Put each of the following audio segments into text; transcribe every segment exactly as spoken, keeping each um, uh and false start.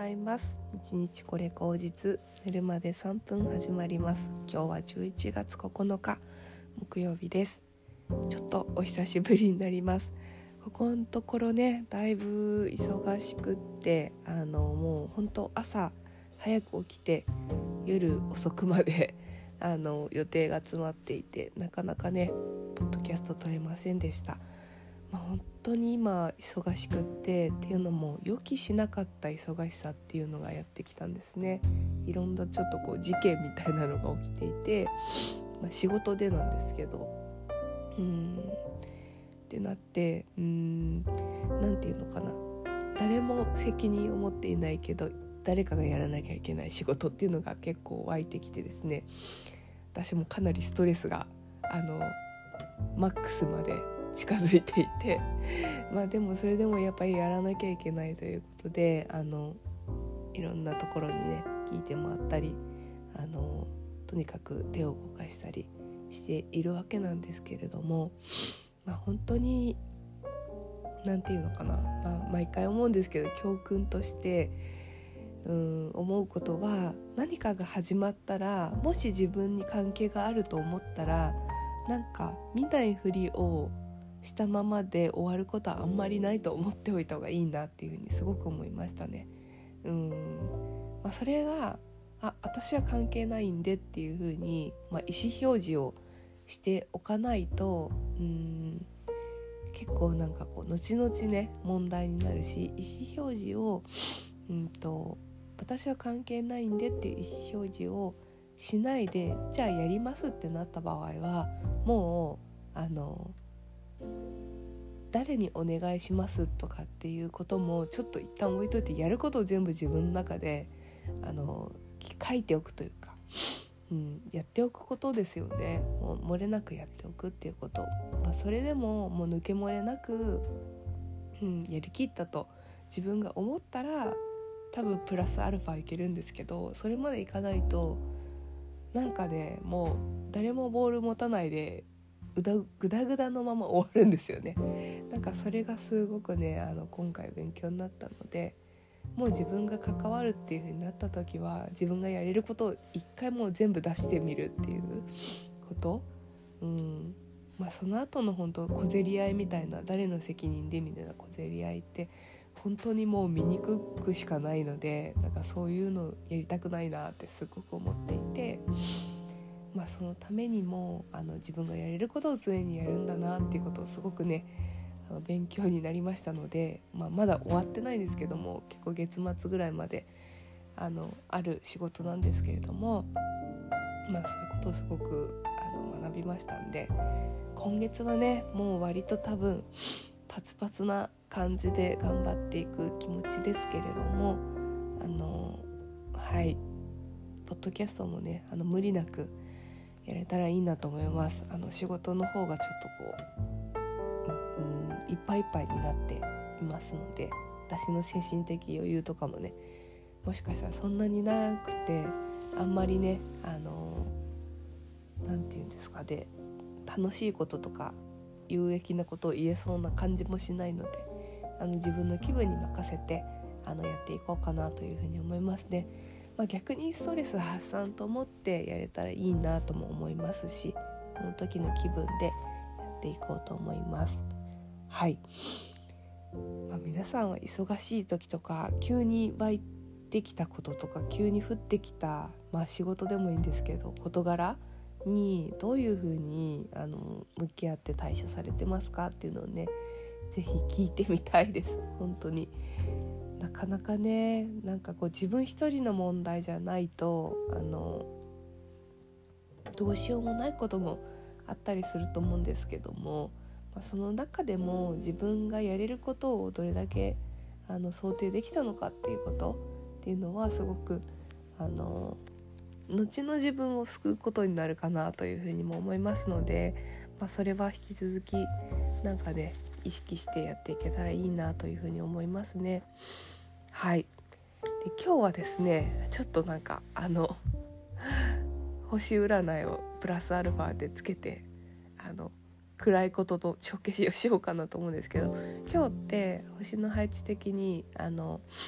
ざいます。日日これ口実、寝るまでさんぷん始まります。今日はじゅういちがつここのか木曜日です。ちょっとお久しぶりになります。ここのところね、だいぶ忙しくって、あのもう本当朝早く起きて夜遅くまであの予定が詰まっていて、なかなかねポッドキャスト撮れませんでした。まあ、本当に今忙しくってっていうのも予期しなかった忙しさっていうのがやってきたんですね。いろんなちょっとこう事件みたいなのが起きていて、まあ、仕事でなんですけどうーんってなってうーんなんていうのかな、誰も責任を持っていないけど誰かがやらなきゃいけない仕事っていうのが結構湧いてきてですね、私もかなりストレスがあのマックスまで近づいていてまあでもそれでもやっぱりやらなきゃいけないということで、あのいろんなところにね聞いてもらったり、あのとにかく手を動かしたりしているわけなんですけれども、まあ本当になんていうのかな、まあ、毎回思うんですけど教訓としてうん思うことは、何かが始まったらもし自分に関係があると思ったらなんか見ないふりをしたままで終わることはあんまりないと思っておいた方がいいなっていうふうにすごく思いましたね。うん、まあ、それがあ私は関係ないんでっていうふうに、まあ、意思表示をしておかないとうん結構なんかこう後々ね問題になるし、意思表示をうんと私は関係ないんでっていう意思表示をしないでじゃあやりますってなった場合はもうあの誰にお願いしますとかっていうこともちょっと一旦置いといて、やることを全部自分の中であの書いておくというか、うん、やっておくことですよね。もう漏れなくやっておくっていうこと、まあ、それでももう抜け漏れなく、うん、やりきったと自分が思ったら多分プラスアルファいけるんですけど、それまでいかないとなんかねもう誰もボール持たないでうだぐだぐだのまま終わるんですよね。なんかそれがすごくねあの今回勉強になったので、もう自分が関わるっていう風になった時は自分がやれることを一回もう全部出してみるっていうこと、うんまあ、その後の本当小競り合いみたいな、誰の責任でみたいな小競り合いって本当にもう醜くしかないので、なんかそういうのやりたくないなってすごく思っていて、まあ、そのためにもあの自分がやれることを常にやるんだなっていうことをすごくねあの勉強になりましたので、まあ、まだ終わってないんですけども、結構月末ぐらいまであのある仕事なんですけれども、まあ、そういうことをすごくあの学びましたんで、今月はねもう割と多分パツパツな感じで頑張っていく気持ちですけれども、あのはいポッドキャストもねあの無理なくやれたらいいなと思います。あの仕事の方がちょっとこう、うん、いっぱいいっぱいになっていますので、私の精神的余裕とかもねもしかしたらそんなになくて、あんまりねあのなんていうんですかね、楽しいこととか有益なことを言えそうな感じもしないので、あの自分の気分に任せてあのやっていこうかなというふうに思いますね。まあ、逆にストレス発散と思ってやれたらいいなとも思いますし、その時の気分でやっていこうと思います。はい、まあ、皆さんは忙しい時とか急に湧いてきたこととか急に降ってきた、まあ、仕事でもいいんですけど事柄にどういうふうにあの向き合って対処されてますかっていうのをねぜひ聞いてみたいです。本当になかなかねなんかこう自分一人の問題じゃないとあのどうしようもないこともあったりすると思うんですけども、まあ、その中でも自分がやれることをどれだけあの想定できたのかっていうことっていうのはすごくあの後の自分を救うことになるかなというふうにも思いますので、まあ、それは引き続きなんかね意識してやっていけたらいいなというふうに思いますね。はい。で今日はですねちょっとなんかあの星占いをプラスアルファでつけてあの暗いことと帳消しをしようかなと思うんですけど、今日って星の配置的にあの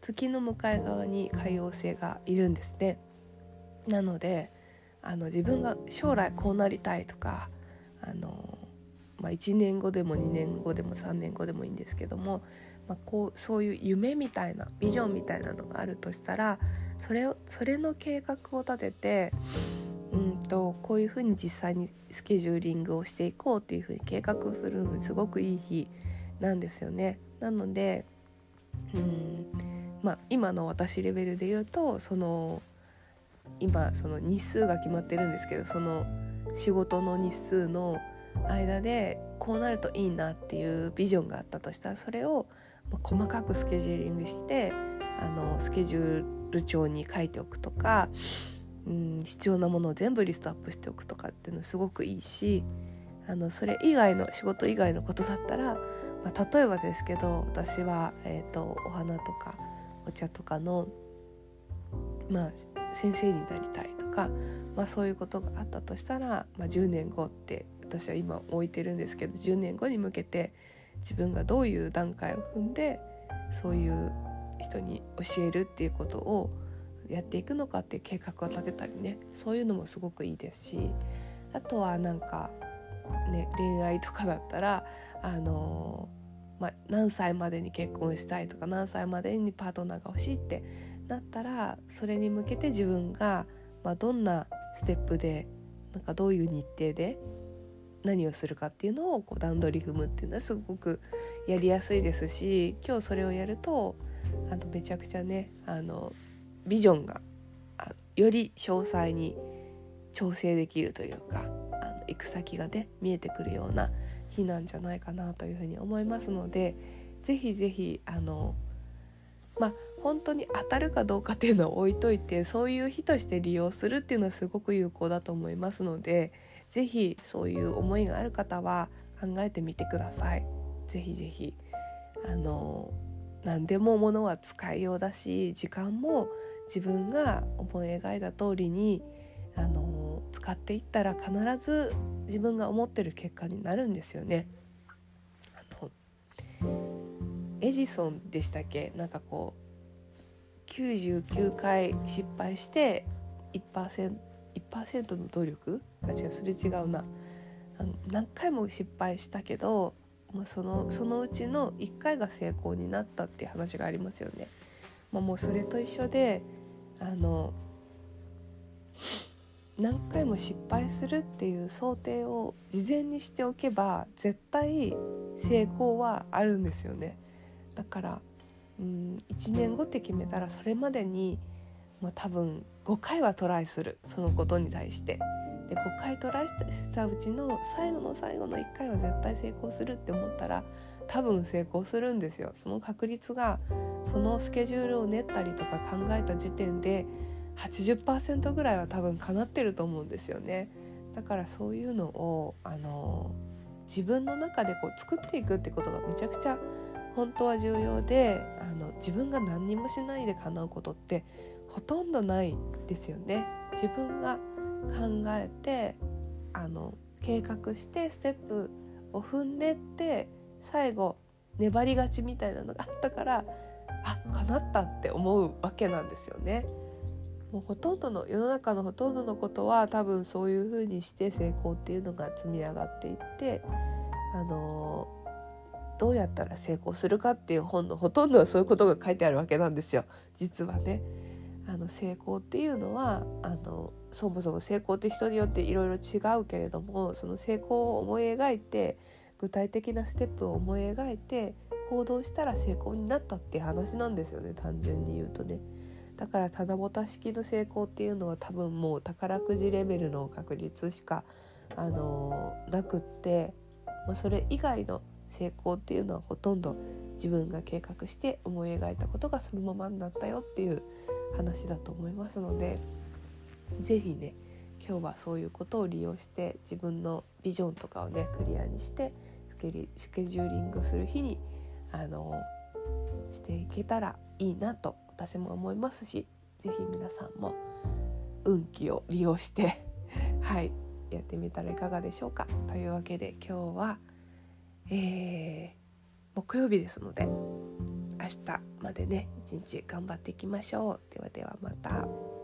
月の向かい側に海王星がいるんですね。なのであの自分が将来こうなりたいとか、あの、まあ、いちねんごでもにねんごでもさんねんごでもいいんですけども、まあ、こうそういう夢みたいなビジョンみたいなのがあるとしたら、それをそれの計画を立てて、うんとこういうふうに実際にスケジューリングをしていこうっていうふうに計画をするのにすごくいい日なんですよね。なので、うんまあ、今の私レベルで言うと、その今その日数が決まってるんですけど、その仕事の日数の間でこうなるといいなっていうビジョンがあったとしたら、それを細かくスケジューリングしてあのスケジュール帳に書いておくとか、うん、必要なものを全部リストアップしておくとかっていうのすごくいいし、あのそれ以外の仕事以外のことだったら、まあ、例えばですけど、私は、えーと、お花とかお茶とかの、まあ、先生になりたいとか、まあ、そういうことがあったとしたら、まあ、じゅうねんごって私は今置いてるんですけど、じゅうねんごに向けて自分がどういう段階を踏んでそういう人に教えるっていうことをやっていくのかっていう計画を立てたりね、そういうのもすごくいいですし、あとはなんかね、恋愛とかだったらあのーまあ、何歳までに結婚したいとか、何歳までにパートナーが欲しいってなったら、それに向けて自分が、まあ、どんなステップでなんかどういう日程で何をするかっていうのをこう段取り踏むっていうのはすごくやりやすいですし、今日それをやるとあのめちゃくちゃね、あのビジョンがあより詳細に調整できるというか、あの行く先がね見えてくるような日なんじゃないかなというふうに思いますので、ぜひぜひあのまあ本当に当たるかどうかっていうのを置いといて、そういう日として利用するっていうのはすごく有効だと思いますので、ぜひそういう思いがある方は考えてみてください。ぜひぜひあの何でも物は使いようだし、時間も自分が思い描いた通りにあの使っていったら必ず自分が思ってる結果になるんですよね。あのエジソンでしたっけ、なんかこうきゅうじゅうきゅうかい失敗して いちパーセント, いちパーセントの努力あ違うそれ違うなあの何回も失敗したけど、まあ、そのそのうちのいっかいが成功になったっていう話がありますよね。まあ、もうそれと一緒で、あの何回も失敗するっていう想定を事前にしておけば絶対成功はあるんですよね。だからうんいちねんごって決めたら、それまでにもう多分ごかいはトライする、そのことに対してでごかいトライしたうちの最後の最後のいっかいは絶対成功するって思ったら多分成功するんですよ。その確率がそのスケジュールを練ったりとか考えた時点で はちじゅっパーセント ぐらいは多分叶ってると思うんですよね。だからそういうのをあの自分の中でこう作っていくってことがめちゃくちゃ本当は重要で、あの自分が何にもしないで叶うことってほとんどないですよね。自分が考えてあの計画してステップを踏んでって最後粘り勝ちみたいなのがあったから、あ、叶ったって思うわけなんですよね。もうほとんどの世の中のほとんどのことは多分そういう風にして成功っていうのが積み上がっていって、あのどうやったら成功するかっていう本のほとんどはそういうことが書いてあるわけなんですよ。実はね、あの成功っていうのはあのそもそも成功って人によっていろいろ違うけれども、その成功を思い描いて具体的なステップを思い描いて行動したら成功になったっていう話なんですよね、単純に言うとね。だから棚ぼた式の成功っていうのは多分もう宝くじレベルの確率しかあのなくって、まあ、それ以外の成功っていうのはほとんど自分が計画して思い描いたことがそのままになったよっていう話だと思いますので、ぜひね今日はそういうことを利用して自分のビジョンとかをねクリアにしてスケリスケジューリングする日にあのしていけたらいいなと私も思いますし、ぜひ皆さんも運気を利用してはいやってみたらいかがでしょうか。というわけで今日は、えー、木曜日ですので明明日までね一日頑張っていきましょう。ではではまた。